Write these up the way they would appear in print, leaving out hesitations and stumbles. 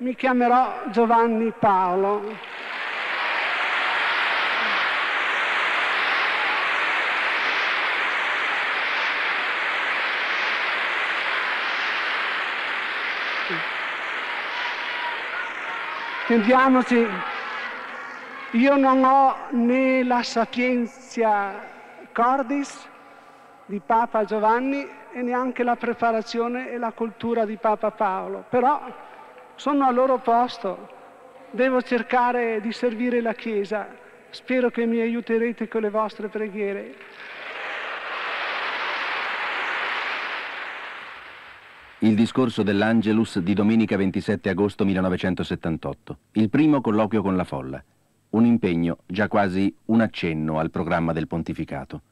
mi chiamerò Giovanni Paolo. Intendiamoci, io non ho né la sapienza cordis di Papa Giovanni e neanche la preparazione e la cultura di Papa Paolo, però sono al loro posto, devo cercare di servire la Chiesa, spero che mi aiuterete con le vostre preghiere. Il discorso dell'Angelus di domenica 27 agosto 1978, il primo colloquio con la folla, un impegno, già quasi un accenno al programma del pontificato.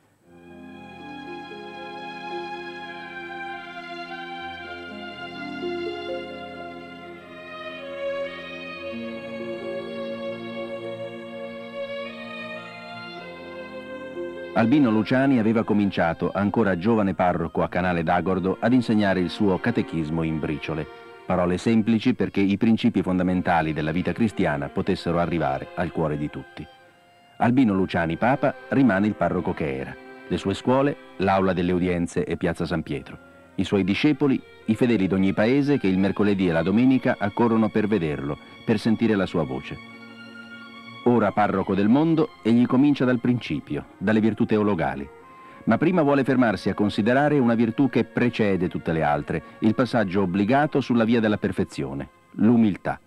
Albino Luciani aveva cominciato, ancora giovane parroco a Canale d'Agordo, ad insegnare il suo catechismo in briciole, parole semplici perché i principi fondamentali della vita cristiana potessero arrivare al cuore di tutti. Albino Luciani Papa rimane il parroco che era, le sue scuole, l'Aula delle Udienze e Piazza San Pietro, i suoi discepoli, i fedeli d'ogni paese che il mercoledì e la domenica accorrono per vederlo, per sentire la sua voce. Ora parroco del mondo, egli comincia dal principio, dalle virtù teologali. Ma prima vuole fermarsi a considerare una virtù che precede tutte le altre, il passaggio obbligato sulla via della perfezione, l'umiltà.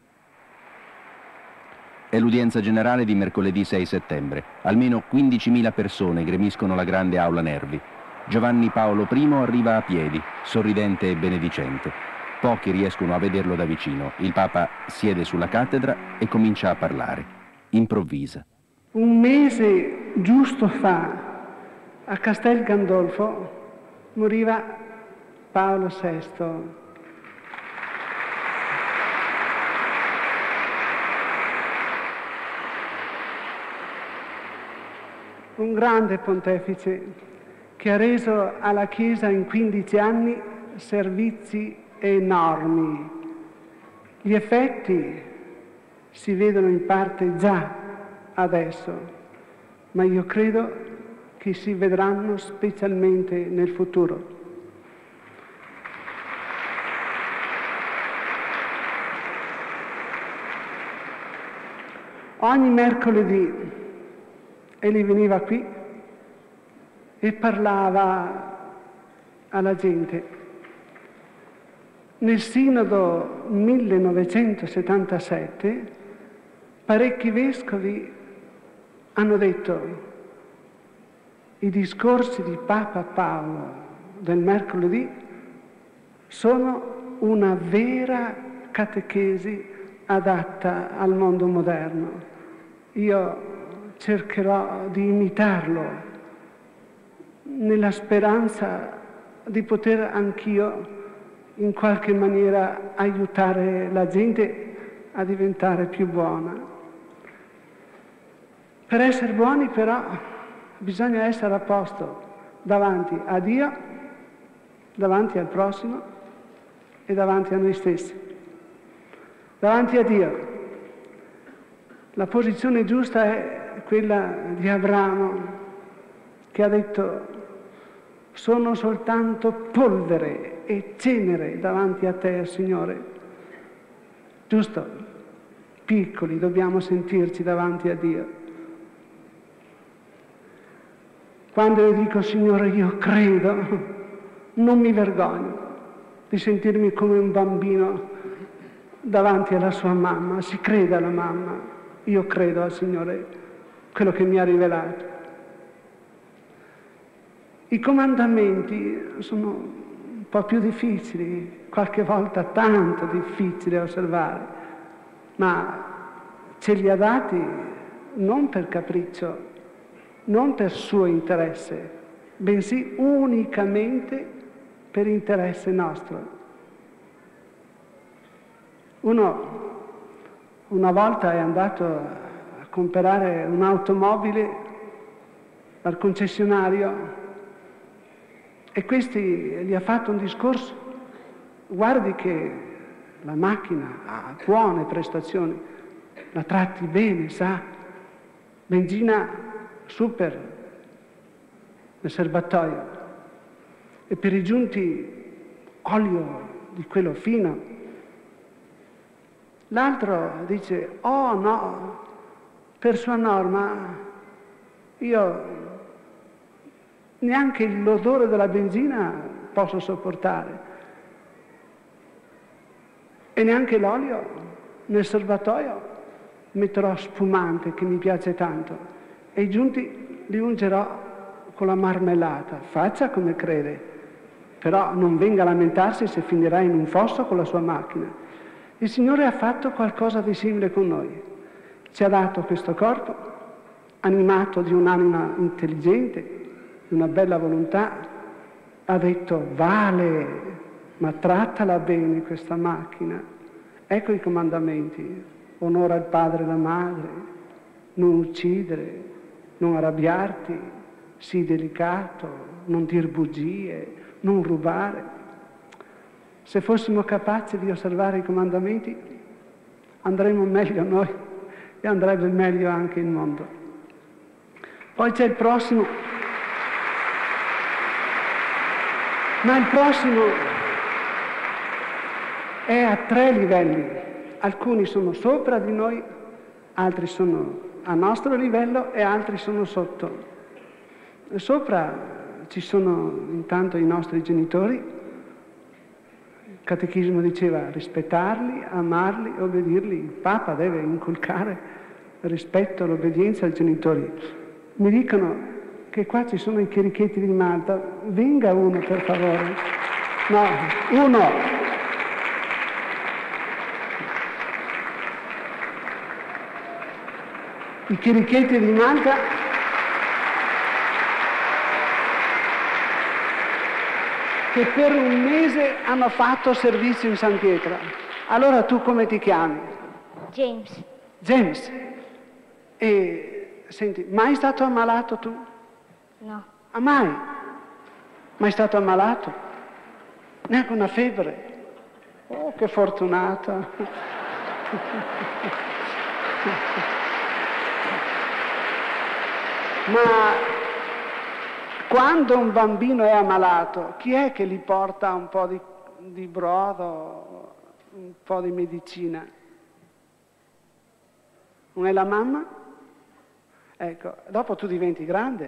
È l'udienza generale di mercoledì 6 settembre. Almeno 15.000 persone gremiscono la grande aula Nervi. Giovanni Paolo I arriva a piedi, sorridente e benedicente. Pochi riescono a vederlo da vicino. Il Papa siede sulla cattedra e comincia a parlare. Improvvisa. Un mese giusto fa, a Castel Gandolfo, moriva Paolo VI. Un grande pontefice che ha reso alla Chiesa in 15 anni servizi enormi. Gli effetti si vedono in parte già adesso, ma io credo che si vedranno specialmente nel futuro. Ogni mercoledì egli veniva qui e parlava alla gente. Nel Sinodo 1977 parecchi vescovi hanno detto: i discorsi di Papa Paolo del mercoledì sono una vera catechesi adatta al mondo moderno. Io cercherò di imitarlo nella speranza di poter anch'io in qualche maniera aiutare la gente a diventare più buona. Per essere buoni però bisogna essere a posto davanti a Dio, davanti al prossimo e davanti a noi stessi. Davanti a Dio la posizione giusta è quella di Abramo, che ha detto: sono soltanto polvere e cenere davanti a te, Signore. Giusto? Piccoli dobbiamo sentirci davanti a Dio. Quando io dico: Signore, io credo, non mi vergogno di sentirmi come un bambino davanti alla sua mamma. Si crede alla mamma. Io credo al Signore, quello che mi ha rivelato. I comandamenti sono un po' più difficili, qualche volta tanto difficili da osservare, ma ce li ha dati non per capriccio, non per suo interesse, bensì unicamente per interesse nostro. Uno una volta è andato a comprare un'automobile al concessionario e questi gli ha fatto un discorso: guardi che la macchina ha buone prestazioni, la tratti bene, sa, benzina super nel serbatoio e per i giunti olio di quello fino. L'altro dice, oh no, per sua norma io neanche l'odore della benzina posso sopportare e neanche l'olio nel serbatoio metterò spumante che mi piace tanto e i giunti li ungerò con la marmellata, faccia come crede, però non venga a lamentarsi se finirà in un fosso con la sua macchina. Il Signore ha fatto qualcosa di simile con noi, ci ha dato questo corpo, animato di un'anima intelligente, di una bella volontà, ha detto vale, ma trattala bene questa macchina. Ecco i comandamenti, onora il padre e la madre, non uccidere, non arrabbiarti, sii delicato, non dir bugie, non rubare. Se fossimo capaci di osservare i comandamenti, andremo meglio noi e andrebbe meglio anche il mondo. Poi c'è il prossimo, ma il prossimo è a 3 livelli. Alcuni sono sopra di noi, altri sono a nostro livello e altri sono sotto. Sopra ci sono intanto i nostri genitori. Il catechismo diceva rispettarli, amarli, obbedirli. Il Papa deve inculcare il rispetto, l'obbedienza ai genitori. Mi dicono che qua ci sono i chierichetti di Malta. Venga uno, per favore. No, uno. I chierichetti di Malta che per un mese hanno fatto servizio in San Pietro. Allora tu come ti chiami? James. James. E senti, mai stato ammalato tu? No. Ah, mai? Mai stato ammalato? Neanche una febbre? Oh, che fortunata! Ma quando un bambino è ammalato, chi è che gli porta un po' di brodo, un po' di medicina? Non è la mamma? Ecco, dopo tu diventi grande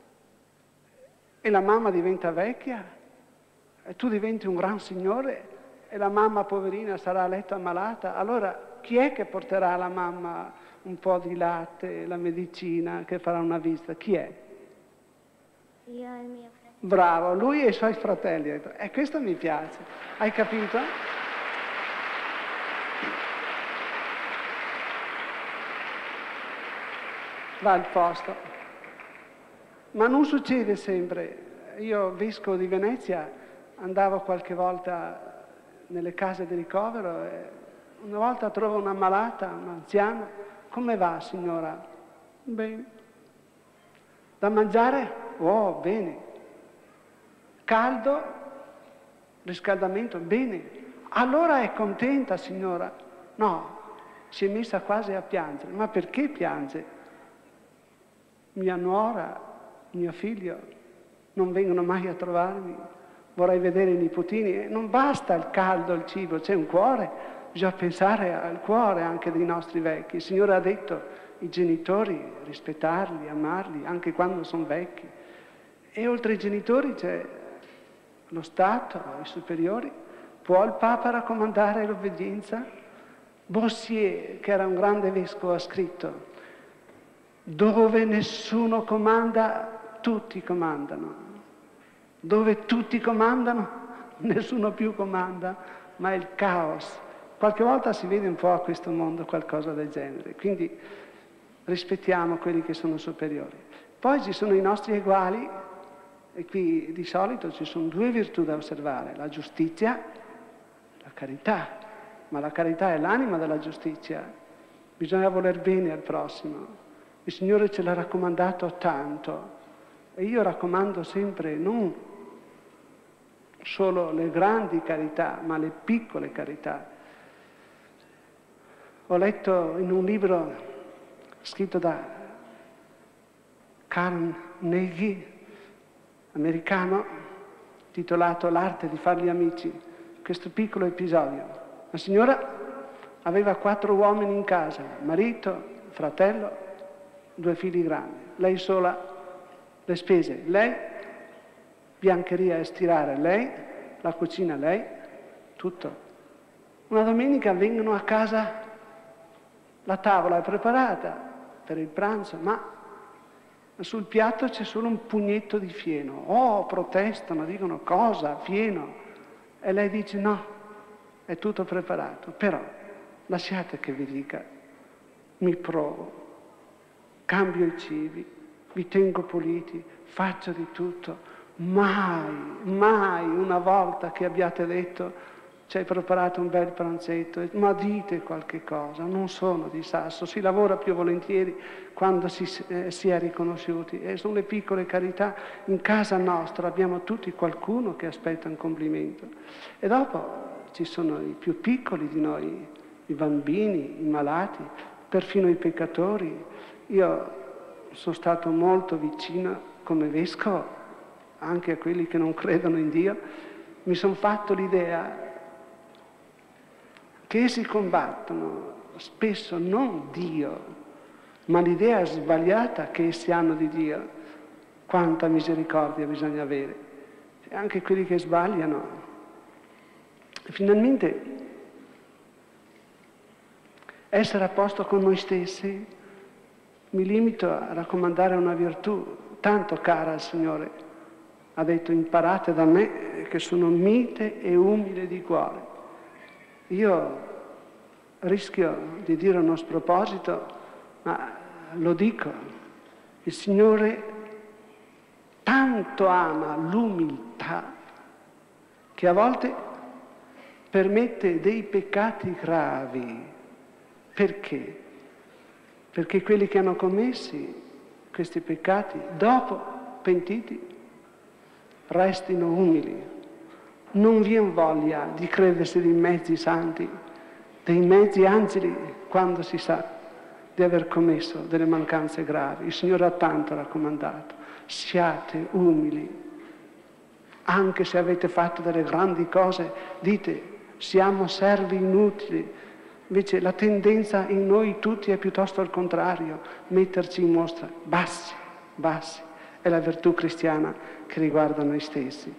e la mamma diventa vecchia e tu diventi un gran signore e la mamma poverina sarà a letto ammalata. Allora chi è che porterà alla mamma un po' di latte, la medicina, che farà una visita? Chi è? Io e il mio fratello. Bravo, lui e i suoi fratelli. E questo mi piace. Hai capito? Va al posto. Ma non succede sempre. Io, vescovo di Venezia, andavo qualche volta nelle case di ricovero e una volta trovo una malata, un anziano. Come va, signora? Bene. Da mangiare? Oh, bene. Caldo? Riscaldamento? Bene. Allora è contenta, signora? No, si è messa quasi a piangere. Ma perché piange? Mia nuora, mio figlio, non vengono mai a trovarmi. Vorrei vedere i nipotini. Non basta il caldo, il cibo, c'è un cuore. Bisogna pensare al cuore anche dei nostri vecchi. Il Signore ha detto i genitori, rispettarli, amarli, anche quando sono vecchi. E oltre ai genitori c'è lo Stato, i superiori. Può il Papa raccomandare l'obbedienza? Bossier, che era un grande vescovo, ha scritto: dove nessuno comanda, tutti comandano. Dove tutti comandano, nessuno più comanda, ma è il caos. Qualche volta si vede un po' a questo mondo qualcosa del genere. Quindi rispettiamo quelli che sono superiori. Poi ci sono i nostri eguali, e qui di solito ci sono 2 virtù da osservare: la giustizia, la carità. Ma la carità è l'anima della giustizia. Bisogna voler bene al prossimo. Il Signore ce l'ha raccomandato tanto. E io raccomando sempre non solo le grandi carità, ma le piccole carità. Ho letto in un libro scritto da Carnegie, americano, titolato L'arte di fargli amici, questo piccolo episodio. La signora aveva 4 uomini in casa, marito, fratello, 2 figli grandi. Lei sola, le spese, lei, biancheria e stirare, lei, la cucina, lei, tutto. Una domenica vengono a casa, la tavola è preparata per il pranzo, ma sul piatto c'è solo un pugnetto di fieno. Oh, protestano, dicono cosa? Fieno. E lei dice no, è tutto preparato, però lasciate che vi dica, mi provo, cambio i cibi, vi tengo puliti, faccio di tutto. Mai una volta che abbiate detto ci hai preparato un bel pranzetto, ma dite qualche cosa, non sono di sasso, si lavora più volentieri quando si è riconosciuti e sono le piccole carità. In casa nostra abbiamo tutti qualcuno che aspetta un complimento e dopo ci sono i più piccoli di noi, i bambini, i malati, perfino i peccatori. Io sono stato molto vicino come vescovo anche a quelli che non credono in Dio, mi sono fatto l'idea che essi combattono spesso non Dio, ma l'idea sbagliata che essi hanno di Dio. Quanta misericordia bisogna avere. E anche quelli che sbagliano. Finalmente, essere a posto con noi stessi, mi limito a raccomandare una virtù tanto cara al Signore. Ha detto: imparate da me che sono mite e umile di cuore. Io rischio di dire uno sproposito, ma lo dico. Il Signore tanto ama l'umiltà che a volte permette dei peccati gravi. Perché? Perché quelli che hanno commessi questi peccati, dopo pentiti, restino umili. Non vi è voglia di credersi dei mezzi santi, dei mezzi angeli, quando si sa di aver commesso delle mancanze gravi. Il Signore ha tanto raccomandato: siate umili. Anche se avete fatto delle grandi cose, dite: siamo servi inutili. Invece la tendenza in noi tutti è piuttosto al contrario, metterci in mostra bassi, bassi. È la virtù cristiana che riguarda noi stessi.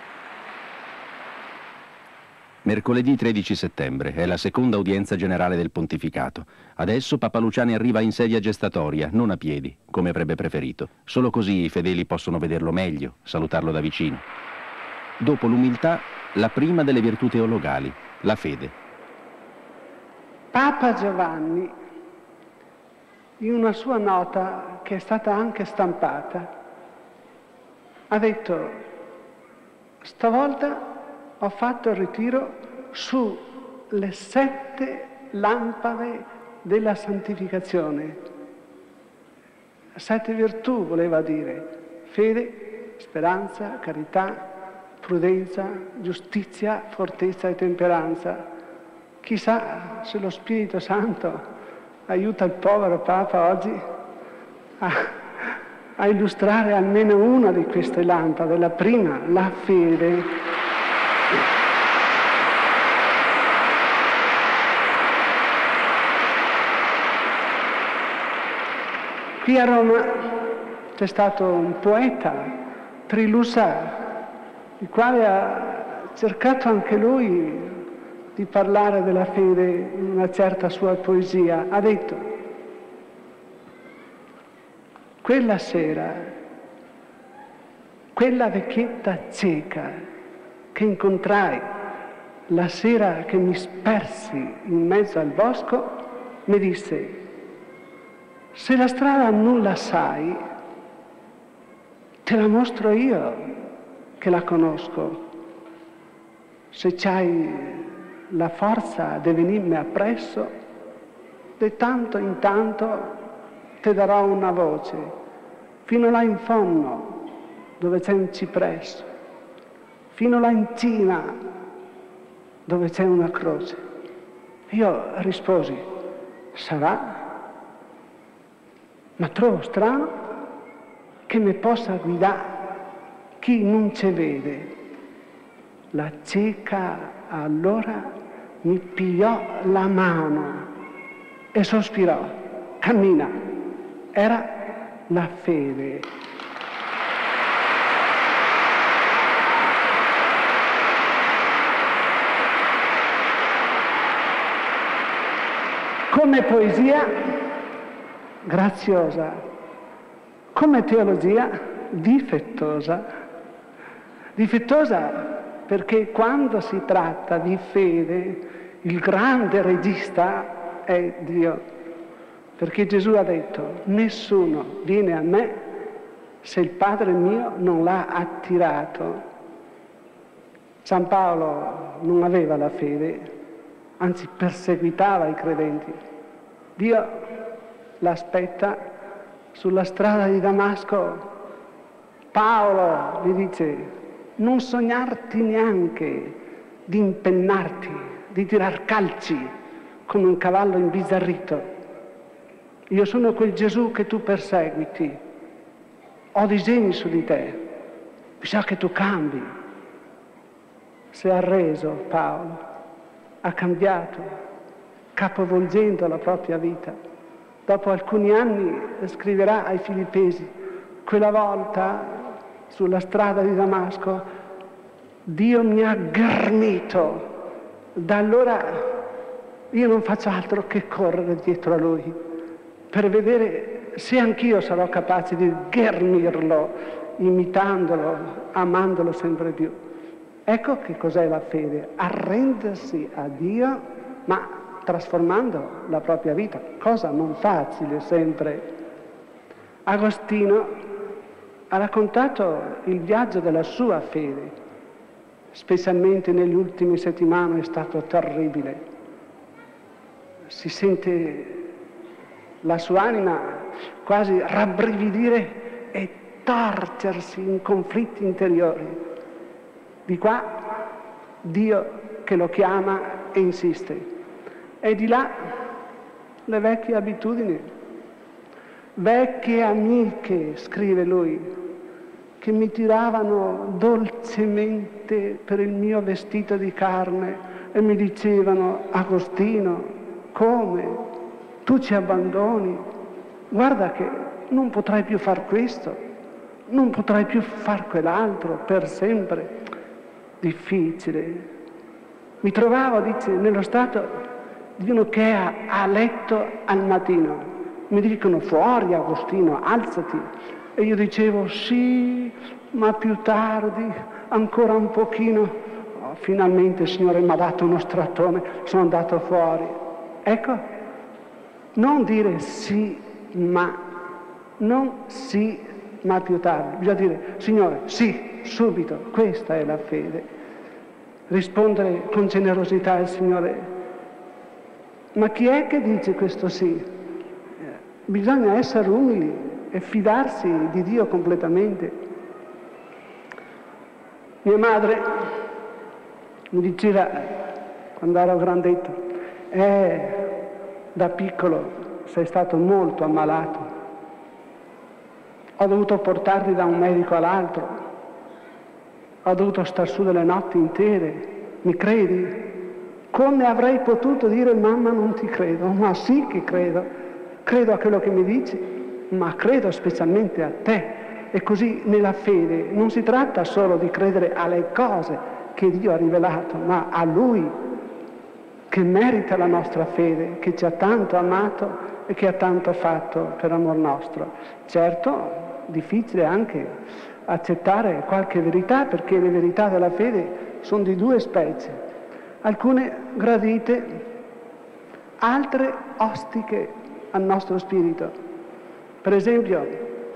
Mercoledì 13 settembre è la seconda udienza generale del pontificato. Adesso Papa Luciani arriva in sedia gestatoria, non a piedi, come avrebbe preferito. Solo così i fedeli possono vederlo meglio, salutarlo da vicino. Dopo l'umiltà, la prima delle virtù teologali, la fede. Papa Giovanni, in una sua nota che è stata anche stampata, ha detto: stavolta ho fatto il ritiro sulle 7 lampade della santificazione. 7 virtù voleva dire: fede, speranza, carità, prudenza, giustizia, fortezza e temperanza. Chissà se lo Spirito Santo aiuta il povero Papa oggi a illustrare almeno una di queste lampade. La prima, la fede. Qui a Roma c'è stato un poeta, Trilussard, il quale ha cercato anche lui di parlare della fede in una certa sua poesia. Ha detto: quella sera, quella vecchietta cieca che incontrai la sera che mi spersi in mezzo al bosco, mi disse: se la strada non la sai, te la mostro io che la conosco. Se c'hai la forza di venirmi appresso, di tanto in tanto ti darò una voce, fino là in fondo dove c'è un cipresso, fino là in cima dove c'è una croce. Io risposi: Sarà, ma trovo strano che mi possa guidare chi non ci vede. La cieca allora mi pigliò la mano e sospirò, cammina. Era la fede. Come poesia, graziosa, come teologia, difettosa. Difettosa perché quando si tratta di fede, il grande regista è Dio. Perché Gesù ha detto, nessuno viene a me se il Padre mio non l'ha attirato. San Paolo non aveva la fede, anzi perseguitava i credenti. Dio l'aspetta sulla strada di Damasco. Paolo gli dice, non sognarti neanche di impennarti, di tirar calci come un cavallo imbizzarrito. Io sono quel Gesù che tu perseguiti, ho disegni su di te, bisogna che tu cambi. Si è arreso Paolo, ha cambiato, capovolgendo la propria vita. Dopo alcuni anni scriverà ai Filippesi, quella volta sulla strada di Damasco, Dio mi ha ghermito. Da allora io non faccio altro che correre dietro a Lui per vedere se anch'io sarò capace di ghermirlo, imitandolo, amandolo sempre più. Ecco che cos'è la fede, arrendersi a Dio, ma trasformando la propria vita, cosa non facile sempre. Agostino ha raccontato il viaggio della sua fede, specialmente negli ultimi settimane è stato terribile. Si sente la sua anima quasi rabbrividire e torcersi in conflitti interiori. Di qua Dio che lo chiama e insiste. E di là le vecchie abitudini, vecchie amiche, scrive lui, che mi tiravano dolcemente per il mio vestito di carne e mi dicevano, Agostino, come? Tu ci abbandoni? Guarda che non potrai più far questo, non potrai più far quell'altro per sempre. Difficile. Mi trovavo, dice, nello stato di uno che è a letto al mattino. Mi dicono fuori Agostino, alzati. E io dicevo sì, ma più tardi, ancora un pochino. Oh, finalmente il Signore mi ha dato uno strattone, sono andato fuori. Ecco, non dire sì, ma, non sì, ma più tardi. Bisogna dire, Signore, sì, subito, questa è la fede. Rispondere con generosità al Signore. Ma chi è che dice questo sì? Bisogna essere umili e fidarsi di Dio completamente. Mia madre mi diceva, quando ero grandetto, da piccolo sei stato molto ammalato. Ho dovuto portarti da un medico all'altro. Ho dovuto star su delle notti intere, mi credi? Come avrei potuto dire mamma non ti credo? Ma sì che credo, credo a quello che mi dici, ma credo specialmente a te. E così nella fede non si tratta solo di credere alle cose che Dio ha rivelato, ma a Lui che merita la nostra fede, che ci ha tanto amato e che ha tanto fatto per amor nostro. Certo, difficile anche accettare qualche verità, perché le verità della fede sono di due specie, alcune gradite, altre ostiche al nostro spirito. Per esempio,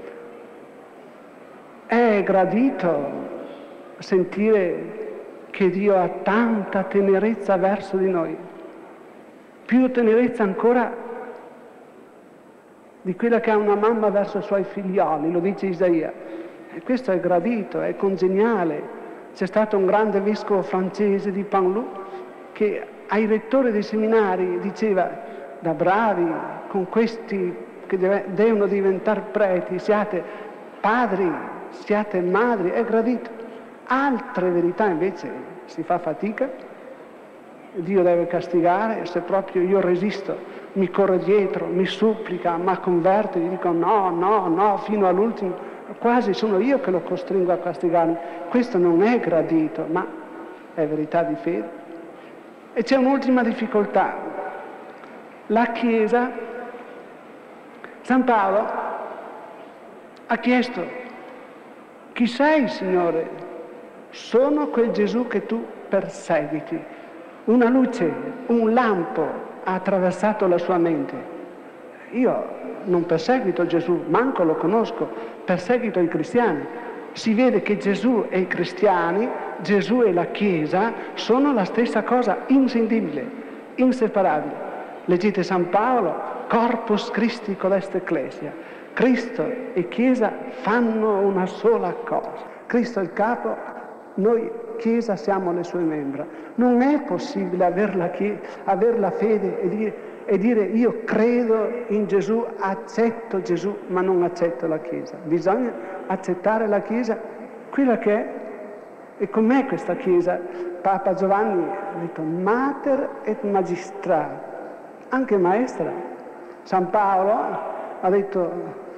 è gradito sentire che Dio ha tanta tenerezza verso di noi, più tenerezza ancora di quella che ha una mamma verso i suoi figlioli, lo dice Isaia. E questo è gradito, è congeniale. C'è stato un grande vescovo francese di Panlou che ai rettori dei seminari diceva: da bravi, con questi che devono diventare preti, siate padri, siate madri, è gradito. Altre verità invece si fa fatica, Dio deve castigare, se proprio io resisto, mi corre dietro, mi supplica, ma converte, gli dico no, fino all'ultimo, quasi sono io che lo costringo a castigarmi. Questo non è gradito, ma è verità di fede. E c'è un'ultima difficoltà. La Chiesa, San Paolo ha chiesto: chi sei, Signore? Sono quel Gesù che tu perseguiti. Una luce, un lampo ha attraversato la sua mente. Io non perseguito Gesù, manco lo conosco, perseguito i cristiani. Si vede che Gesù e i cristiani, Gesù e la Chiesa sono la stessa cosa, inscindibile, inseparabile. Leggete San Paolo, corpus Christi codest ecclesia. Cristo e Chiesa fanno una sola cosa. Cristo è il capo, noi Chiesa siamo le sue membra. Non è possibile aver la fede e dire io credo in Gesù, accetto Gesù, ma non accetto la Chiesa. Bisogna accettare la Chiesa, quella che è. E com'è questa Chiesa? Papa Giovanni ha detto mater et magistra, anche maestra. San Paolo ha detto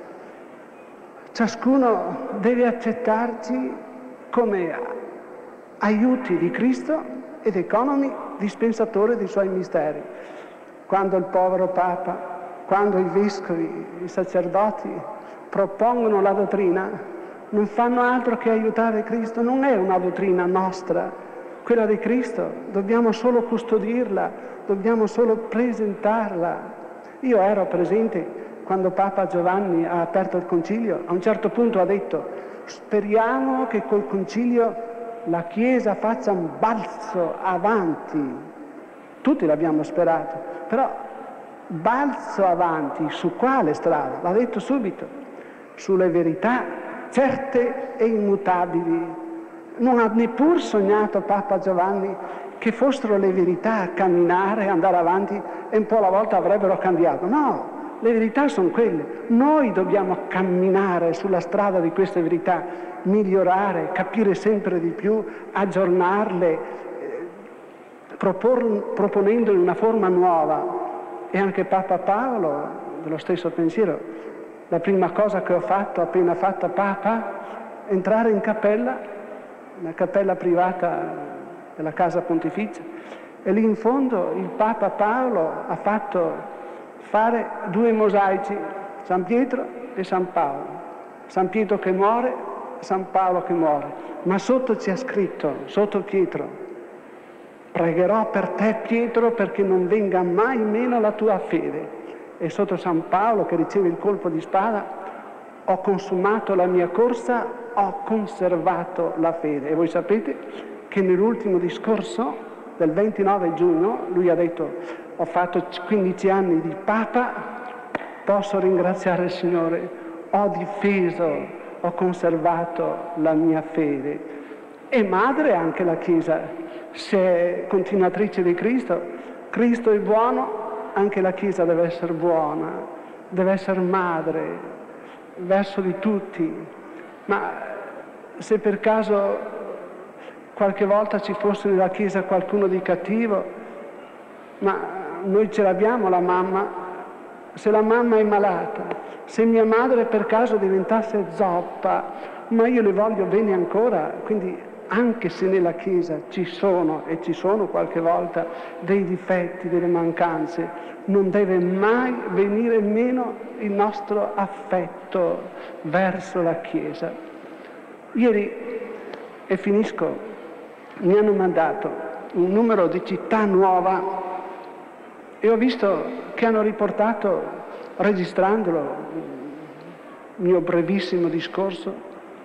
ciascuno deve accettarci come aiuti di Cristo ed economi dispensatore dei suoi misteri. Quando il povero Papa, quando i vescovi, i sacerdoti propongono la dottrina, non fanno altro che aiutare Cristo. Non è una dottrina nostra, quella di Cristo. Dobbiamo solo custodirla, dobbiamo solo presentarla. Io ero presente quando Papa Giovanni ha aperto il concilio. A un certo punto ha detto: speriamo che col concilio la Chiesa faccia un balzo avanti. Tutti l'abbiamo sperato, però balzo avanti su quale strada? L'ha detto subito: sulle verità certe e immutabili. Non ha neppur sognato Papa Giovanni che fossero le verità a camminare, andare avanti e un po' alla volta avrebbero cambiato. No, le verità sono quelle. Noi dobbiamo camminare sulla strada di queste verità, migliorare, capire sempre di più, aggiornarle, proponendole una forma nuova. E anche Papa Paolo, dello stesso pensiero. La prima cosa che ho fatto, appena fatta Papa, entrare in cappella, una cappella privata della Casa Pontificia, e lì in fondo il Papa Paolo ha fatto fare 2 mosaici, San Pietro e San Paolo. San Pietro che muore, San Paolo che muore. Ma sotto c'è scritto, sotto Pietro: pregherò per te, Pietro, perché non venga mai meno la tua fede. E sotto San Paolo, che riceve il colpo di spada: ho consumato la mia corsa, ho conservato la fede. E voi sapete che nell'ultimo discorso del 29 giugno lui ha detto: ho fatto 15 anni di Papa, posso ringraziare il Signore, ho difeso, ho conservato la mia fede. E madre anche la Chiesa, se è continuatrice di Cristo, Cristo è buono, anche la Chiesa deve essere buona, deve essere madre verso di tutti. Ma se per caso qualche volta ci fosse nella Chiesa qualcuno di cattivo, ma noi ce l'abbiamo la mamma, se la mamma è malata, se mia madre per caso diventasse zoppa, ma io le voglio bene ancora, quindi anche se nella Chiesa ci sono, e ci sono qualche volta, dei difetti, delle mancanze, non deve mai venire meno il nostro affetto verso la Chiesa. Ieri, e finisco, mi hanno mandato un numero di Città Nuova e ho visto che hanno riportato, registrandolo, il mio brevissimo discorso,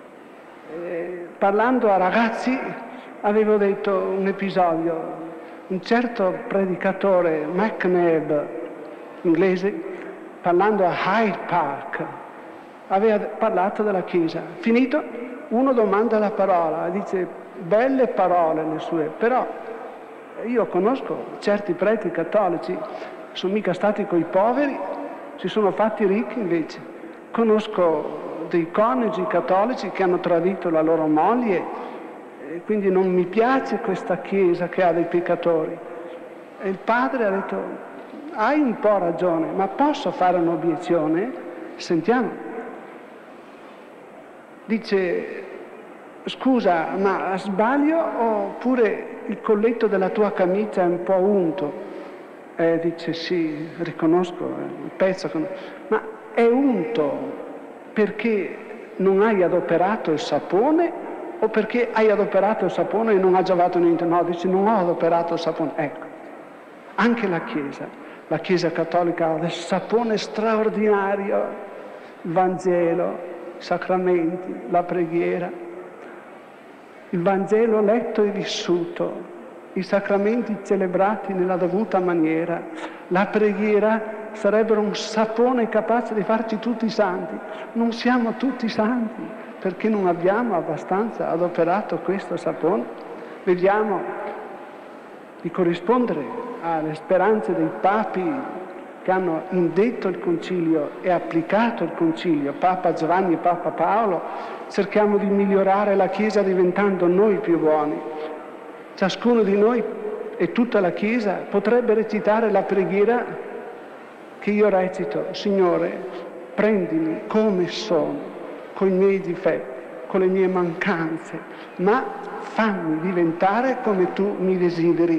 parlando a ragazzi, avevo detto un episodio. Un certo predicatore, McNabb, inglese, parlando a Hyde Park, aveva parlato della Chiesa. Finito, uno domanda la parola, dice: belle parole le sue, però io conosco certi preti cattolici sono mica stati coi poveri, si sono fatti ricchi invece. Conosco dei coniugi cattolici che hanno tradito la loro moglie, e quindi non mi piace questa Chiesa che ha dei peccatori. E il padre ha detto, hai un po' ragione, ma posso fare un'obiezione? Sentiamo. Dice, scusa, ma sbaglio oppure il colletto della tua camicia è un po' unto? Dice, sì, riconosco il pezzo, ma è unto perché non hai adoperato il sapone o perché hai adoperato il sapone e non ha giovato niente? No, dice, non ho adoperato il sapone. Ecco, anche la Chiesa cattolica ha del sapone straordinario, il Vangelo, i sacramenti, la preghiera, il Vangelo letto e vissuto, i sacramenti celebrati nella dovuta maniera, la preghiera sarebbero un sapone capace di farci tutti santi. Non siamo tutti santi perché non abbiamo abbastanza adoperato questo sapone. Vediamo di corrispondere alle speranze dei papi che hanno indetto il concilio e applicato il concilio, Papa Giovanni e Papa Paolo. Cerchiamo di migliorare la Chiesa diventando noi più buoni. Ciascuno di noi e tutta la Chiesa potrebbe recitare la preghiera che io recito: Signore, prendimi come sono, con i miei difetti, con le mie mancanze, ma fammi diventare come tu mi desideri.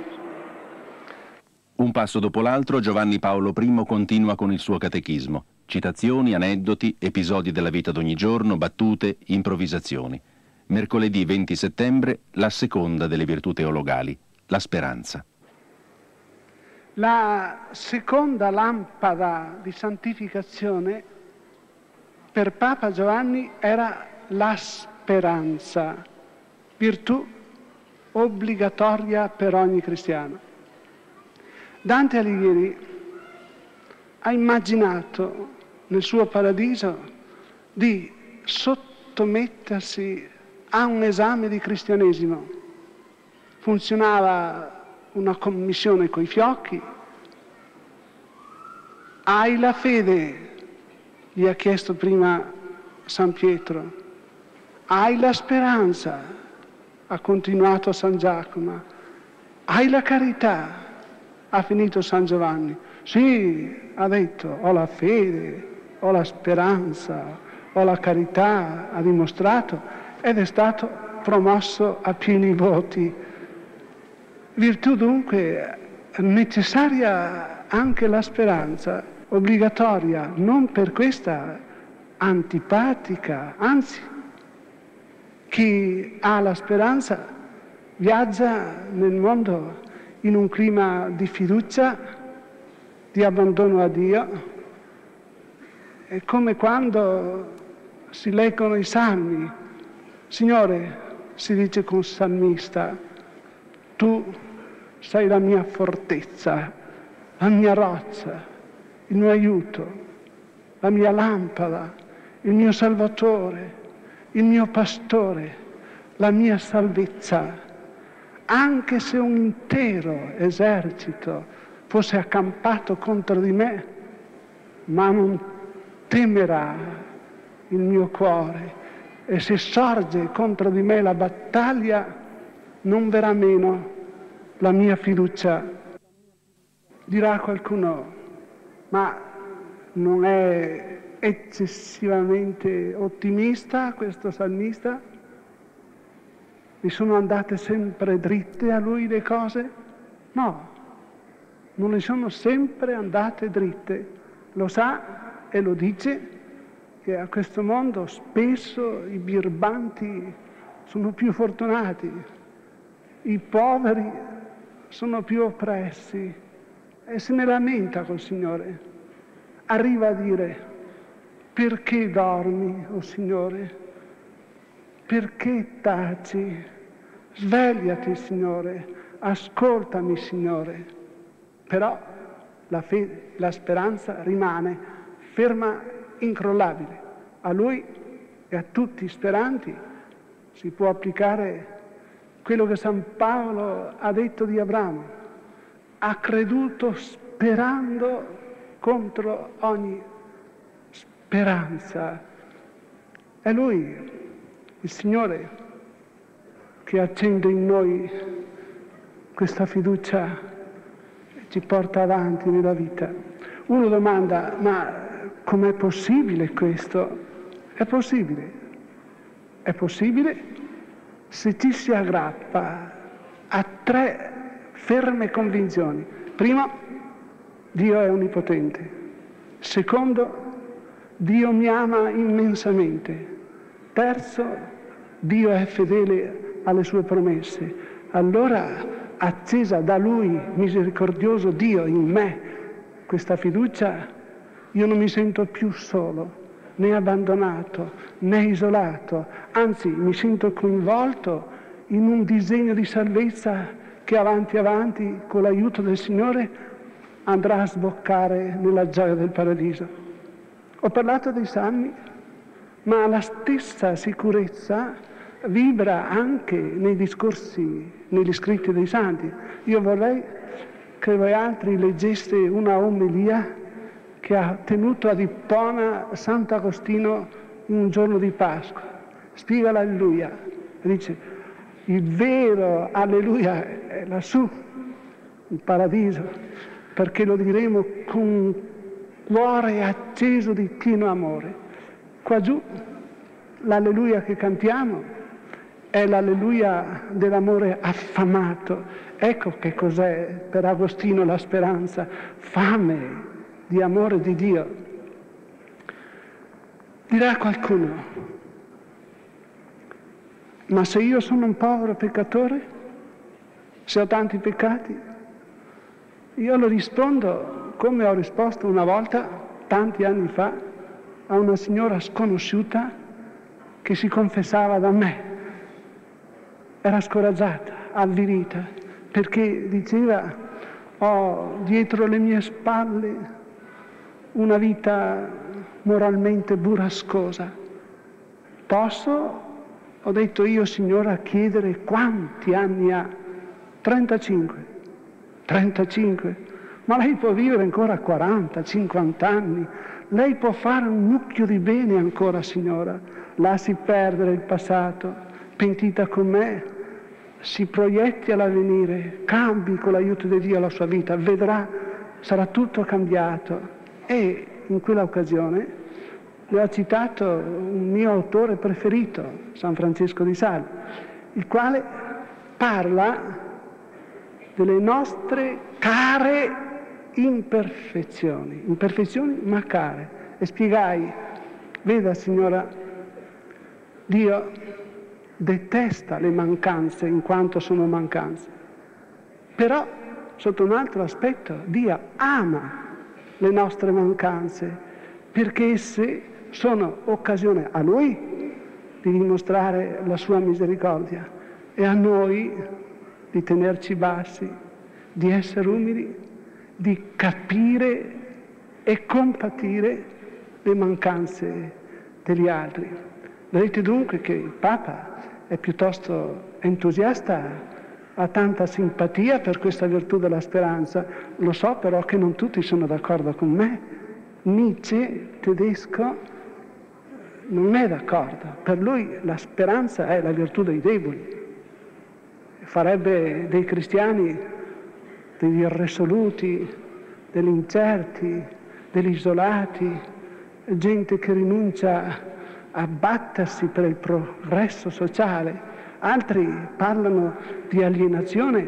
Un passo dopo l'altro Giovanni Paolo I continua con il suo catechismo. Citazioni, aneddoti, episodi della vita d'ogni giorno, battute, improvvisazioni. Mercoledì 20 settembre, la seconda delle virtù teologali, la speranza. La seconda lampada di santificazione per Papa Giovanni era la speranza, virtù obbligatoria per ogni cristiano. Dante Alighieri ha immaginato nel suo paradiso di sottomettersi a un esame di cristianesimo. Funzionava una commissione coi fiocchi. Hai la fede? Gli ha chiesto prima San Pietro. Hai la speranza? Ha continuato San Giacomo. Hai la carità? Ha finito San Giovanni. Sì, ha detto, ho la fede, ho la speranza, ho la carità, ha dimostrato, ed è stato promosso a pieni voti. Virtù dunque necessaria anche la speranza, obbligatoria, non per questa antipatica, anzi, chi ha la speranza viaggia nel mondo in un clima di fiducia, di abbandono a Dio. È come quando si leggono i salmi. Signore, si dice con salmista, tu sei la mia fortezza, la mia roccia, il mio aiuto, la mia lampada, il mio salvatore, il mio pastore, la mia salvezza. Anche se un intero esercito fosse accampato contro di me, ma non temerà il mio cuore, e se sorge contro di me la battaglia, non verrà meno la mia fiducia. Dirà qualcuno, ma non è eccessivamente ottimista questo salmista? Mi sono andate sempre dritte a lui le cose? No, non le sono sempre andate dritte. Lo sa e lo dice che a questo mondo spesso i birbanti sono più fortunati, i poveri sono più oppressi, e se ne lamenta col Signore. Arriva a dire: perché dormi, o Signore? Perché taci? Svegliati, Signore, ascoltami, Signore. Però la fede, la speranza rimane ferma, incrollabile. A lui e a tutti speranti si può applicare quello che San Paolo ha detto di Abramo. Ha creduto sperando contro ogni speranza. È Lui, il Signore, che accende in noi questa fiducia e ci porta avanti nella vita. Uno domanda, ma com'è possibile questo? È possibile. È possibile se ci si aggrappa a 3 ferme convinzioni. Primo, Dio è onnipotente. Secondo, Dio mi ama immensamente. Terzo, Dio è fedele alle sue promesse. Allora, accesa da Lui, misericordioso Dio, in me, questa fiducia, io non mi sento più solo, né abbandonato, né isolato, anzi mi sento coinvolto in un disegno di salvezza che avanti avanti, con l'aiuto del Signore, andrà a sboccare nella gioia del paradiso. Ho parlato dei salmi, ma la stessa sicurezza vibra anche nei discorsi, negli scritti dei santi. Io vorrei che voi altri leggeste una omelia che ha tenuto ad Ippona Sant'Agostino in un giorno di Pasqua. Spiega l'alleluia, dice: il vero alleluia è lassù, in paradiso, perché lo diremo con cuore acceso di pieno amore. Qua giù l'alleluia che cantiamo è l'alleluia dell'amore affamato. Ecco che cos'è per Agostino la speranza: fame di amore di Dio. Dirà qualcuno: ma se io sono un povero peccatore, se ho tanti peccati? Io lo rispondo come ho risposto una volta, tanti anni fa, a una signora sconosciuta che si confessava da me. Era scoraggiata, avvilita, perché diceva: ho dietro le mie spalle una vita moralmente burrascosa. Posso, ho detto io, signora, chiedere quanti anni ha? 35. 35? Ma lei può vivere ancora 40, 50 anni. Lei può fare un mucchio di bene ancora, signora. Lasci perdere il passato, pentita con me, si proietti all'avvenire, cambi con l'aiuto di Dio la sua vita, vedrà, sarà tutto cambiato. E in quella occasione le ho citato un mio autore preferito, San Francesco di Sales, il quale parla delle nostre care imperfezioni ma care, e spiegai: veda signora, Dio detesta le mancanze in quanto sono mancanze, però sotto un altro aspetto Dio ama le nostre mancanze, perché esse sono occasione a Lui di dimostrare la sua misericordia e a noi di tenerci bassi, di essere umili, di capire e compatire le mancanze degli altri. Vedete dunque che il Papa è piuttosto entusiasta, ha tanta simpatia per questa virtù della speranza. Lo so però che non tutti sono d'accordo con me. Nietzsche, tedesco, non è d'accordo. Per lui la speranza è la virtù dei deboli. Farebbe dei cristiani degli irresoluti, degli incerti, degli isolati, gente che rinuncia a battersi per il progresso sociale. Altri parlano di alienazione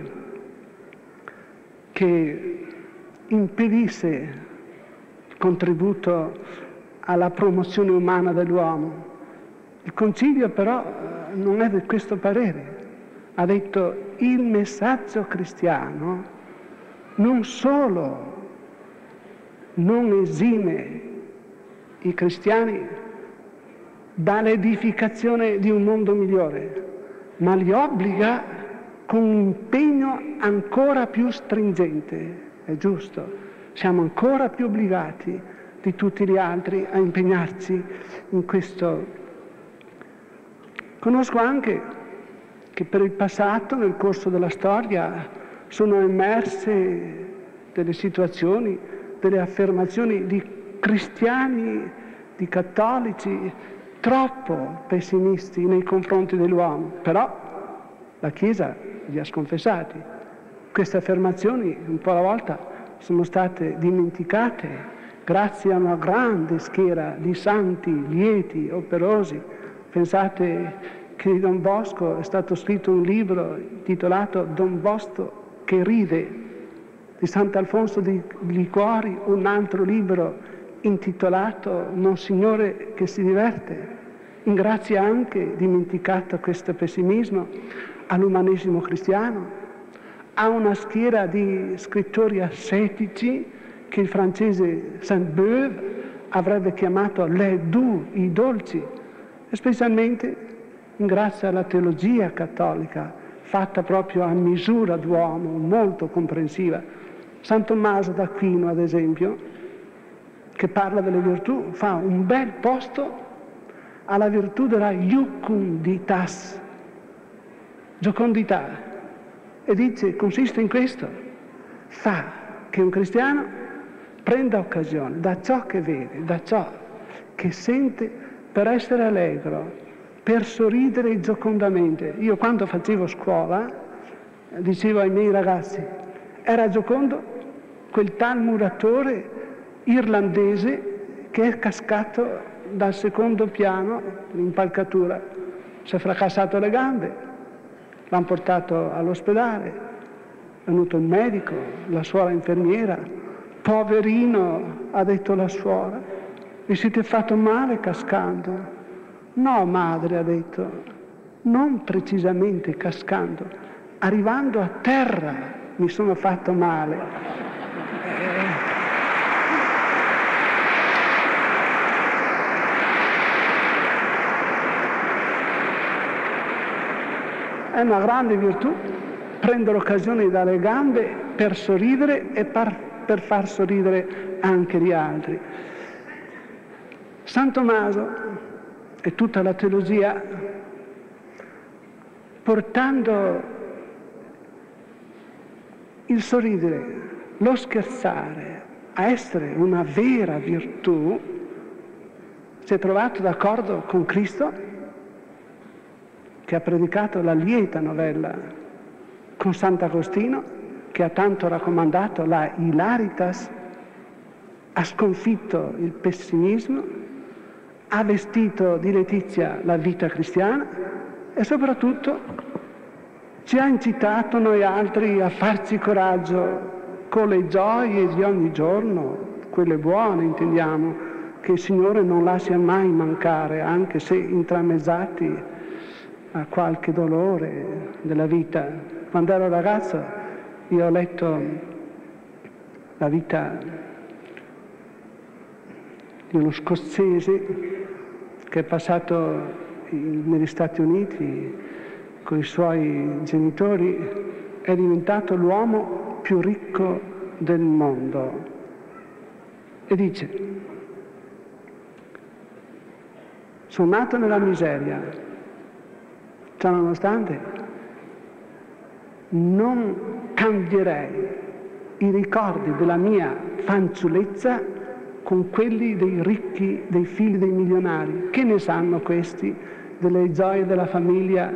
che impedisse il contributo alla promozione umana dell'uomo. Il Concilio però non è di questo parere. Ha detto: il messaggio cristiano non solo non esime i cristiani dall'edificazione di un mondo migliore, ma li obbliga con un impegno ancora più stringente. È giusto, siamo ancora più obbligati di tutti gli altri a impegnarci in questo. Conosco anche che per il passato, nel corso della storia, sono emerse delle situazioni, delle affermazioni di cristiani, di cattolici, troppo pessimisti nei confronti dell'uomo. Però la Chiesa li ha sconfessati. Queste affermazioni un po' alla volta sono state dimenticate grazie a una grande schiera di santi, lieti, operosi. Pensate che di Don Bosco è stato scritto un libro intitolato Don Bosco che ride, di Sant'Alfonso di Liguori un altro libro intitolato Monsignore che si diverte. In grazia anche, dimenticato questo pessimismo, all'umanesimo cristiano, a una schiera di scrittori ascetici che il francese Sainte-Beuve avrebbe chiamato les doux, i dolci, e specialmente in grazia alla teologia cattolica, fatta proprio a misura d'uomo, molto comprensiva. San Tommaso d'Aquino, ad esempio, che parla delle virtù, fa un bel posto alla virtù della iucunditas, giocondità, e dice, consiste in questo: fa che un cristiano prenda occasione da ciò che vede, da ciò che sente, per essere allegro, per sorridere giocondamente. Io quando facevo scuola dicevo ai miei ragazzi, era giocondo quel tal muratore irlandese che è cascato dal secondo piano dell'impalcatura, si è fracassato le gambe, l'hanno portato all'ospedale, è venuto il medico, la suora infermiera, poverino, ha detto la suora, vi siete fatto male cascando? No, madre, ha detto, non precisamente cascando, arrivando a terra mi sono fatto male. È una grande virtù prendere occasione dalle gambe per sorridere e per far sorridere anche gli altri. San Tommaso e tutta la teologia, portando il sorridere, lo scherzare a essere una vera virtù, si è trovato d'accordo con Cristo, che ha predicato la lieta novella, con Sant'Agostino, che ha tanto raccomandato la hilaritas, ha sconfitto il pessimismo, ha vestito di letizia la vita cristiana e soprattutto ci ha incitato noi altri a farci coraggio con le gioie di ogni giorno, quelle buone intendiamo, che il Signore non lascia mai mancare, anche se intramezzati a qualche dolore della vita. Quando ero ragazzo io ho letto la vita di uno scozzese che è passato negli Stati Uniti con i suoi genitori, è diventato l'uomo più ricco del mondo. E dice, sono nato nella miseria, ciò nonostante non cambierei i ricordi della mia fanciullezza con quelli dei ricchi, dei figli dei milionari. Che ne sanno questi delle gioie della famiglia,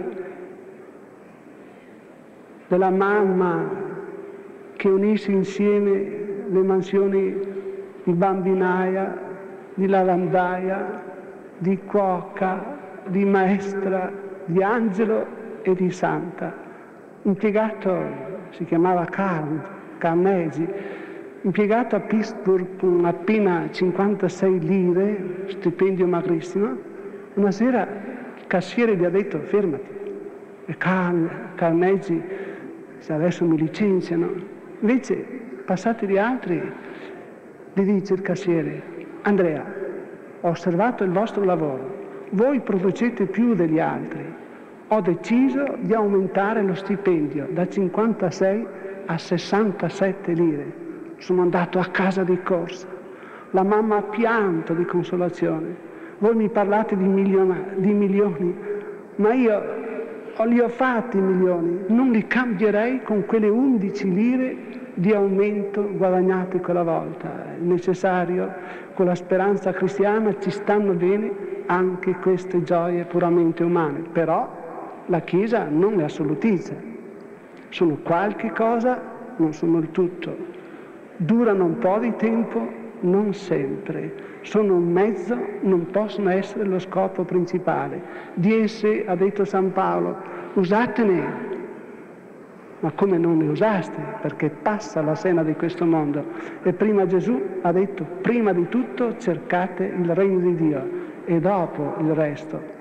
della mamma che unisce insieme le mansioni di bambinaia, di lavandaia, di cuoca, di maestra, di angelo e di santa. Impiegato, si chiamava Carnegie, impiegato a Pittsburgh con appena 56 lire, stipendio magrissimo. Una sera il cassiere gli ha detto fermati, e Carnegie, se adesso mi licenziano. Invece, passati gli altri, gli dice il cassiere, Andrea, ho osservato il vostro lavoro, voi producete più degli altri, ho deciso di aumentare lo stipendio da 56 a 67 lire. Sono andato a casa di corsa, la mamma ha pianto di consolazione. Voi mi parlate di milioni, ma io li ho fatti i milioni, non li cambierei con quelle 11 lire di aumento guadagnati quella volta. È necessario, con la speranza cristiana ci stanno bene anche queste gioie puramente umane, però la Chiesa non le assolutizza. Sono qualche cosa, non sono il tutto. Durano un po' di tempo, non sempre. Sono un mezzo, non possono essere lo scopo principale. Di esse, ha detto San Paolo, usatene, ma come non ne usaste? Perché passa la sena di questo mondo. E prima Gesù ha detto, prima di tutto cercate il regno di Dio e dopo il resto.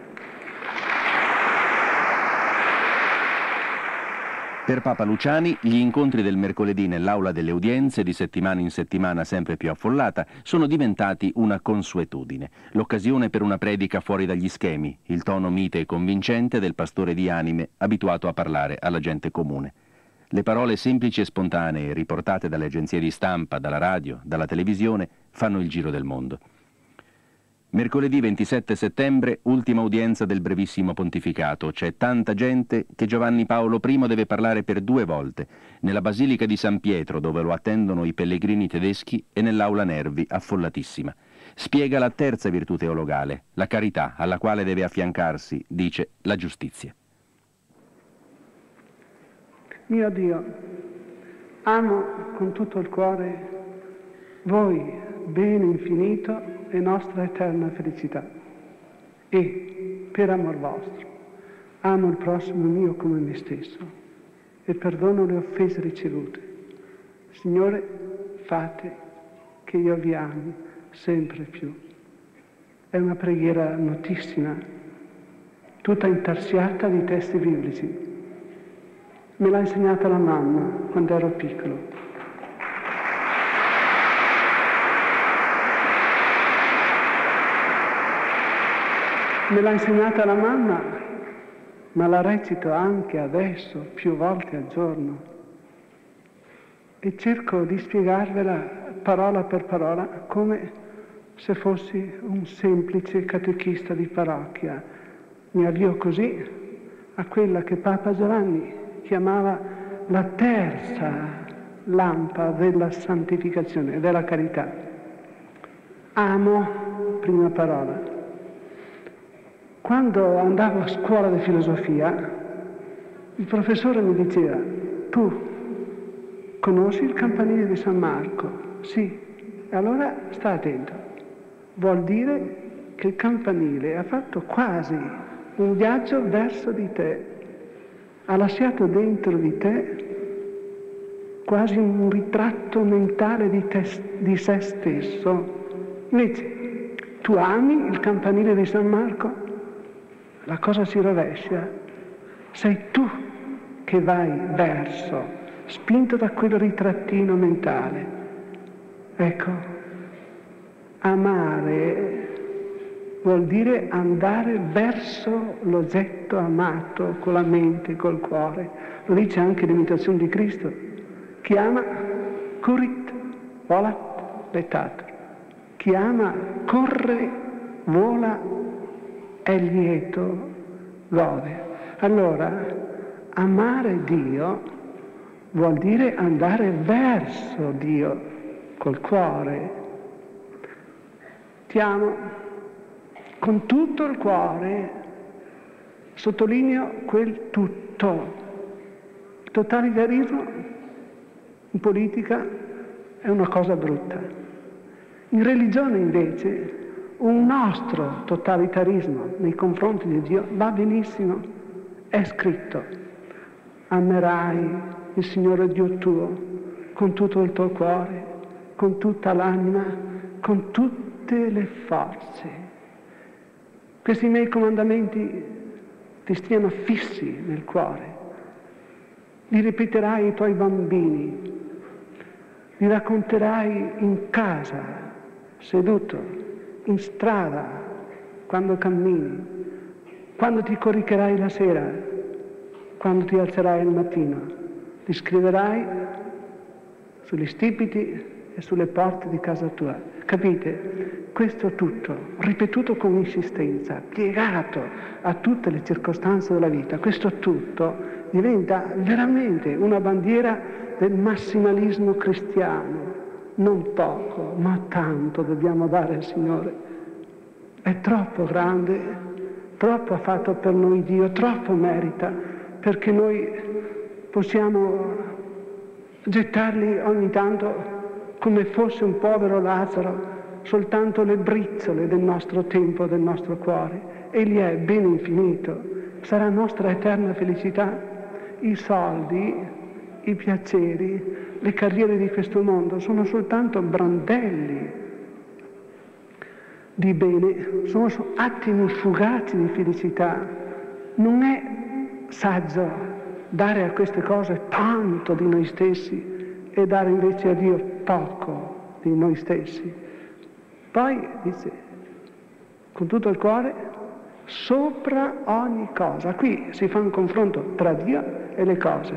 Per Papa Luciani, gli incontri del mercoledì nell'aula delle udienze, di settimana in settimana sempre più affollata, sono diventati una consuetudine, l'occasione per una predica fuori dagli schemi, il tono mite e convincente del pastore di anime abituato a parlare alla gente comune. Le parole semplici e spontanee, riportate dalle agenzie di stampa, dalla radio, dalla televisione, fanno il giro del mondo. Mercoledì 27 settembre, ultima udienza del brevissimo pontificato. C'è tanta gente che Giovanni Paolo I deve parlare per 2 volte, nella Basilica di San Pietro, dove lo attendono i pellegrini tedeschi, e nell'Aula Nervi, affollatissima. Spiega la terza virtù teologale, la carità, alla quale deve affiancarsi, dice, la giustizia. Mio Dio, amo con tutto il cuore voi, bene infinito e nostra eterna felicità. E, per amor vostro, amo il prossimo mio come me stesso e perdono le offese ricevute. Signore, fate che io vi ami sempre più. È una preghiera notissima, tutta intarsiata di testi biblici. Me l'ha insegnata la mamma quando ero piccolo. Me l'ha insegnata la mamma, ma la recito anche adesso, più volte al giorno. E cerco di spiegarvela parola per parola come se fossi un semplice catechista di parrocchia. Mi avvio così a quella che Papa Giovanni chiamava la terza lampada della santificazione, della carità. Amo, prima parola. Quando andavo a scuola di filosofia, il professore mi diceva, tu conosci il campanile di San Marco? Sì. E allora sta attento. Vuol dire che il campanile ha fatto quasi un viaggio verso di te, ha lasciato dentro di te quasi un ritratto mentale di se stesso. Invece, tu ami il campanile di San Marco? La cosa si rovescia, sei tu che vai verso, spinto da quel ritrattino mentale. Ecco, amare vuol dire andare verso l'oggetto amato con la mente, col cuore. Lo dice anche l'imitazione di Cristo. Chi ama, currit, volat, letatur. Chi ama, corre, vola, è lieto, gode. Allora, amare Dio vuol dire andare verso Dio col cuore. Ti amo con tutto il cuore, sottolineo quel tutto. Il totalitarismo in politica è una cosa brutta. In religione invece un nostro totalitarismo nei confronti di Dio va benissimo, è scritto. Amerai il Signore Dio tuo con tutto il tuo cuore, con tutta l'anima, con tutte le forze. Questi miei comandamenti ti stiano fissi nel cuore. Li ripeterai ai tuoi bambini, li racconterai in casa, seduto, in strada, quando cammini, quando ti coricherai la sera, quando ti alzerai il mattino, li scriverai sugli stipiti e sulle porte di casa tua. Capite? Questo tutto, ripetuto con insistenza, piegato a tutte le circostanze della vita, questo tutto diventa veramente una bandiera del massimalismo cristiano. Non poco, ma tanto dobbiamo dare al Signore. È troppo grande, troppo ha fatto per noi Dio, troppo merita, perché noi possiamo gettargli ogni tanto come fosse un povero Lazzaro, soltanto le briciole del nostro tempo, del nostro cuore. Egli è ben infinito, sarà nostra eterna felicità. I soldi, i piaceri, le carriere di questo mondo sono soltanto brandelli di bene, sono attimi fugaci di felicità. Non è saggio dare a queste cose tanto di noi stessi e dare invece a Dio poco di noi stessi. Poi dice, con tutto il cuore, sopra ogni cosa. Qui si fa un confronto tra Dio e le cose.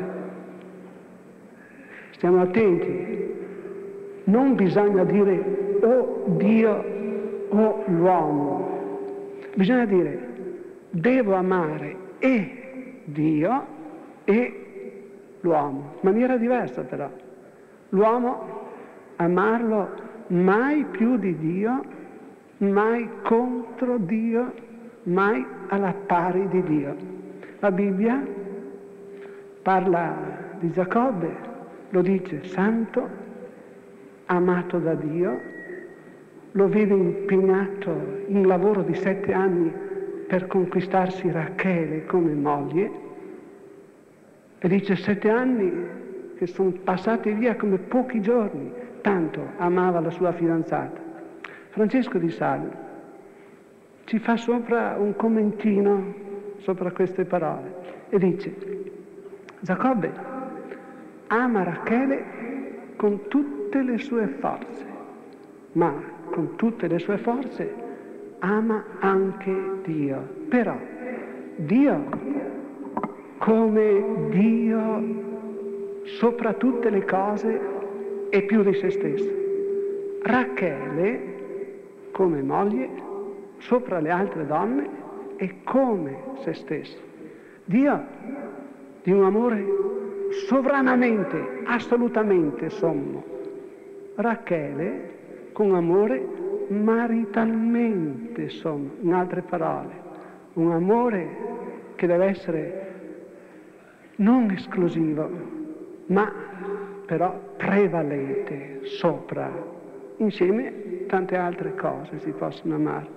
Stiamo attenti. Non bisogna dire o Dio o l'uomo. Bisogna dire devo amare e Dio e l'uomo. In maniera diversa però. L'uomo amarlo mai più di Dio, mai contro Dio, mai alla pari di Dio. La Bibbia parla di Giacobbe, lo dice santo, amato da Dio, lo vede impegnato in un lavoro di 7 anni per conquistarsi Rachele come moglie, e dice 7 anni che sono passati via come pochi giorni, tanto amava la sua fidanzata. Francesco di Sales ci fa sopra un commentino sopra queste parole e dice: Giacobbe ama Rachele con tutte le sue forze, ma con tutte le sue forze ama anche Dio. Però Dio, come Dio sopra tutte le cose e più di se stesso. Rachele, come moglie, sopra le altre donne e come se stesso. Dio di un amore sovranamente, assolutamente sommo. Rachele con amore maritalmente sommo. In altre parole, un amore che deve essere non esclusivo, ma però prevalente sopra. Insieme tante altre cose si possono amare.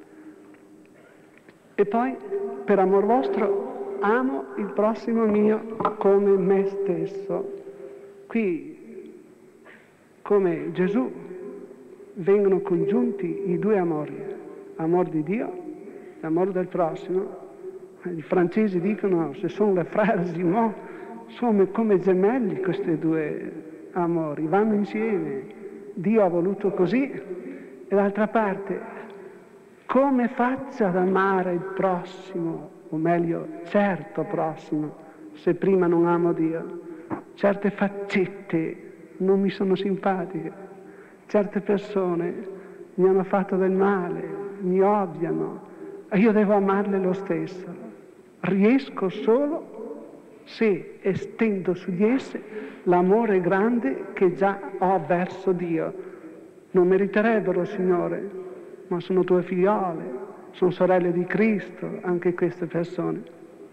E poi, per amor vostro, amo il prossimo mio come me stesso. Qui, come Gesù, vengono congiunti i due amori, amor di Dio e amor del prossimo. I francesi dicono, se sono le frères jumeaux, sono come gemelli questi due amori, vanno insieme. Dio ha voluto così, e d'altra parte, come faccio ad amare il prossimo, o meglio, certo prossimo, se prima non amo Dio? Certe faccette non mi sono simpatiche, certe persone mi hanno fatto del male, mi odiano, e io devo amarle lo stesso. Riesco solo se estendo su di esse l'amore grande che già ho verso Dio. Non meriterebbero, Signore, ma sono tue figliole, sono sorelle di Cristo, anche queste persone.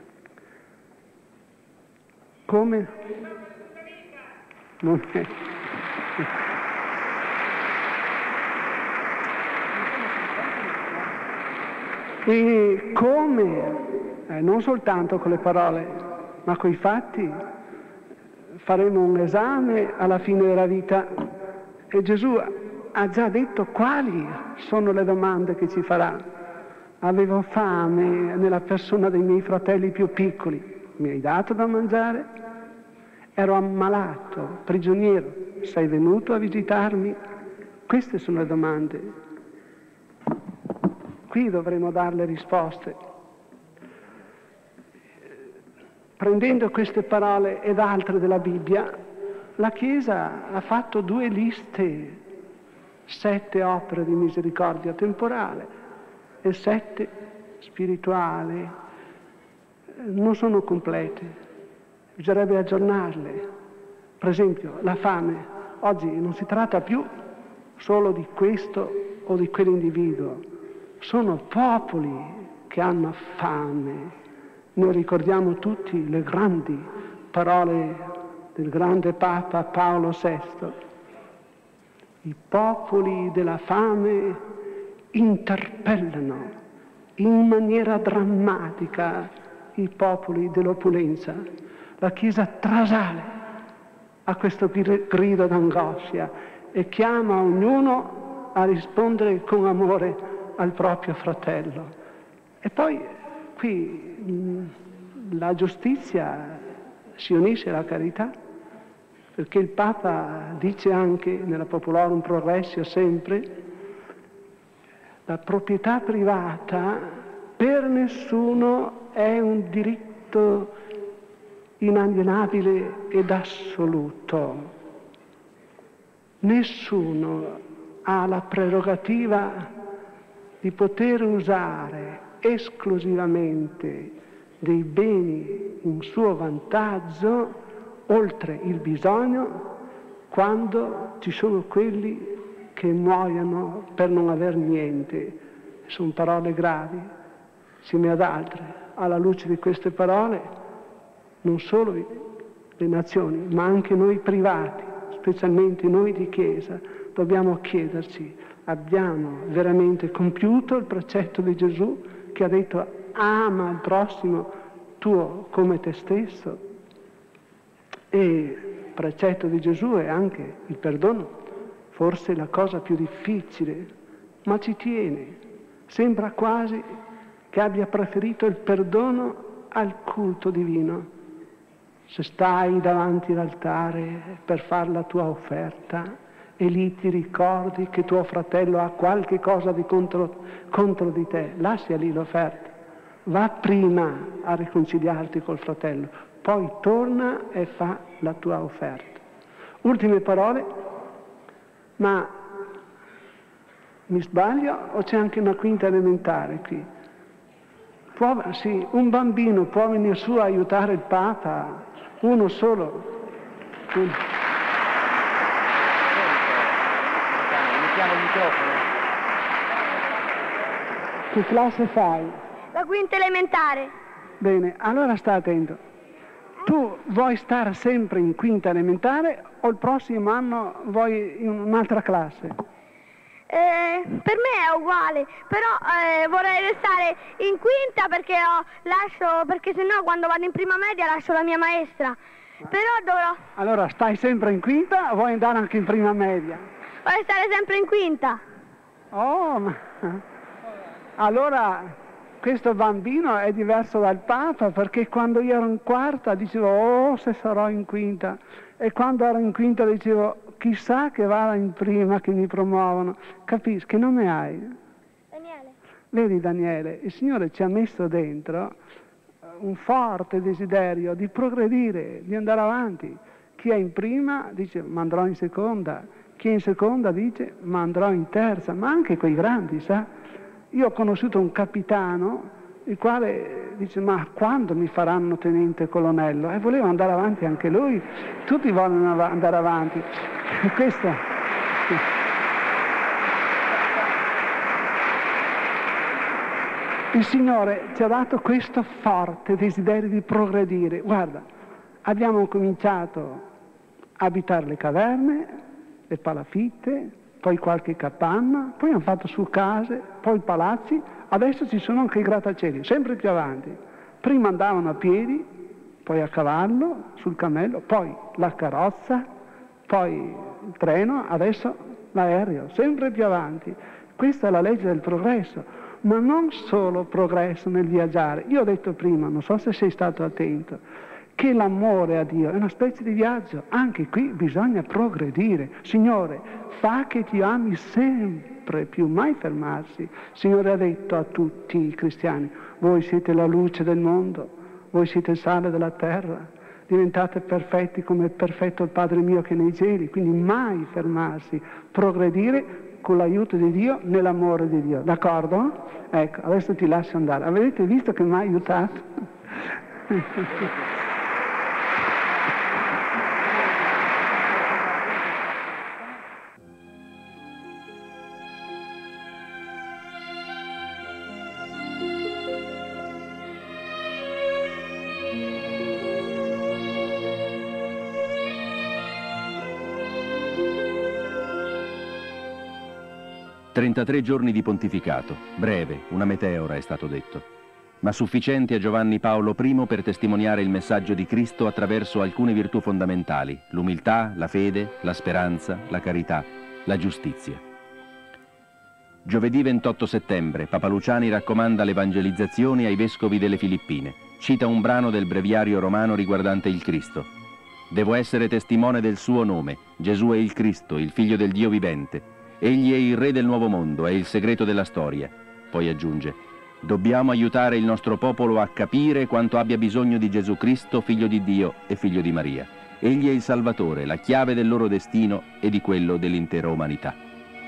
Come? Non è. E come? Non soltanto con le parole, ma coi fatti. Faremo un esame alla fine della vita e Gesù ha già detto quali sono le domande che ci farà. Avevo fame nella persona dei miei fratelli più piccoli, mi hai dato da mangiare? Ero ammalato, prigioniero, sei venuto a visitarmi? Queste sono le domande. Qui dovremo dare le risposte. Prendendo queste parole ed altre della Bibbia, la Chiesa ha fatto 2 liste, 7 opere di misericordia temporale e 7 spirituali. Non sono complete, bisognerebbe aggiornarle. Per esempio, la fame. Oggi non si tratta più solo di questo o di quell'individuo. Sono popoli che hanno fame. Noi ricordiamo tutti le grandi parole del grande Papa Paolo VI. I popoli della fame interpellano in maniera drammatica i popoli dell'opulenza. La Chiesa trasale a questo grido d'angoscia e chiama ognuno a rispondere con amore al proprio fratello. E poi qui la giustizia si unisce alla carità, perché il Papa dice anche nella Popolorum Progressio sempre: la proprietà privata per nessuno è un diritto inalienabile ed assoluto. Nessuno ha la prerogativa di poter usare esclusivamente dei beni in suo vantaggio oltre il bisogno, quando ci sono quelli che muoiono per non aver niente. Sono parole gravi, insieme ad altre. Alla luce di queste parole, non solo le nazioni, ma anche noi privati, specialmente noi di Chiesa, dobbiamo chiederci: abbiamo veramente compiuto il precetto di Gesù che ha detto ama il prossimo tuo come te stesso? E il precetto di Gesù è anche il perdono, forse la cosa più difficile, ma ci tiene. Sembra quasi che abbia preferito il perdono al culto divino. Se stai davanti all'altare per fare la tua offerta e lì ti ricordi che tuo fratello ha qualche cosa di contro di te, lascia lì l'offerta. Va prima a riconciliarti col fratello, poi torna e fa la tua offerta. Ultime parole, ma mi sbaglio o c'è anche una quinta elementare qui? Sì, un bambino può venire su a aiutare il Papa? Uno solo. Iniziamo il microfono. Che classe fai? La quinta elementare. Bene, allora sta attento. Tu vuoi stare sempre in quinta elementare o il prossimo anno vuoi in un'altra classe? Per me è uguale, però vorrei restare in quinta perché sennò quando vado in prima media lascio la mia maestra. Però dovrò... Allora stai sempre in quinta o vuoi andare anche in prima media? Vorrei stare sempre in quinta. Oh, ma... Allora questo bambino è diverso dal Papa, perché quando io ero in quarta dicevo oh se sarò in quinta, e quando ero in quinta dicevo chissà che vada in prima, che mi promuovono. Capisci? Che nome hai? Daniele. Vedi Daniele, il Signore ci ha messo dentro un forte desiderio di progredire, di andare avanti. Chi è in prima dice ma andrò in seconda, chi è in seconda dice ma andrò in terza, ma anche quei grandi, sa? Io ho conosciuto un capitano il quale dice ma quando mi faranno tenente colonnello? E voleva andare avanti anche lui, tutti vogliono andare avanti. Questo. Il Signore ci ha dato questo forte desiderio di progredire. Guarda, abbiamo cominciato a abitare le caverne, le palafitte, poi qualche capanna, poi hanno fatto su case, poi palazzi, adesso ci sono anche i grattacieli, sempre più avanti. Prima andavano a piedi, poi a cavallo, sul cammello, poi la carrozza, poi il treno, adesso l'aereo, sempre più avanti. Questa è la legge del progresso, ma non solo progresso nel viaggiare. Io ho detto prima, non so se sei stato attento, che l'amore a Dio è una specie di viaggio. Anche qui bisogna progredire. Signore, fa che ti ami sempre più, mai fermarsi. Il Signore ha detto a tutti i cristiani, voi siete la luce del mondo, voi siete il sale della terra, diventate perfetti come è perfetto il Padre mio che è nei cieli, quindi mai fermarsi, progredire con l'aiuto di Dio nell'amore di Dio. D'accordo? Ecco, adesso ti lascio andare. Avete visto che mi ha aiutato? 33 giorni di pontificato, breve, una meteora è stato detto, ma sufficiente a Giovanni Paolo I per testimoniare il messaggio di Cristo attraverso alcune virtù fondamentali: l'umiltà, la fede, la speranza, la carità, la giustizia. Giovedì 28 settembre, Papa Luciani raccomanda l'evangelizzazione ai vescovi delle Filippine. Cita un brano del breviario romano riguardante il Cristo. Devo essere testimone del suo nome. Gesù è il Cristo, il Figlio del Dio vivente. Egli è il Re del nuovo mondo, è il segreto della storia. Poi aggiunge: dobbiamo aiutare il nostro popolo a capire quanto abbia bisogno di Gesù Cristo, Figlio di Dio e Figlio di Maria. Egli è il Salvatore, la chiave del loro destino e di quello dell'intera umanità.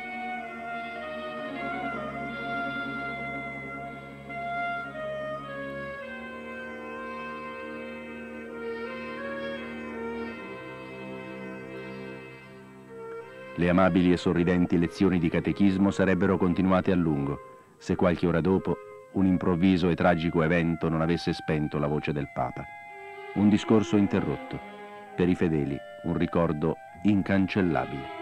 Le amabili e sorridenti lezioni di catechismo sarebbero continuate a lungo, se qualche ora dopo un improvviso e tragico evento non avesse spento la voce del Papa. Un discorso interrotto, per i fedeli un ricordo incancellabile.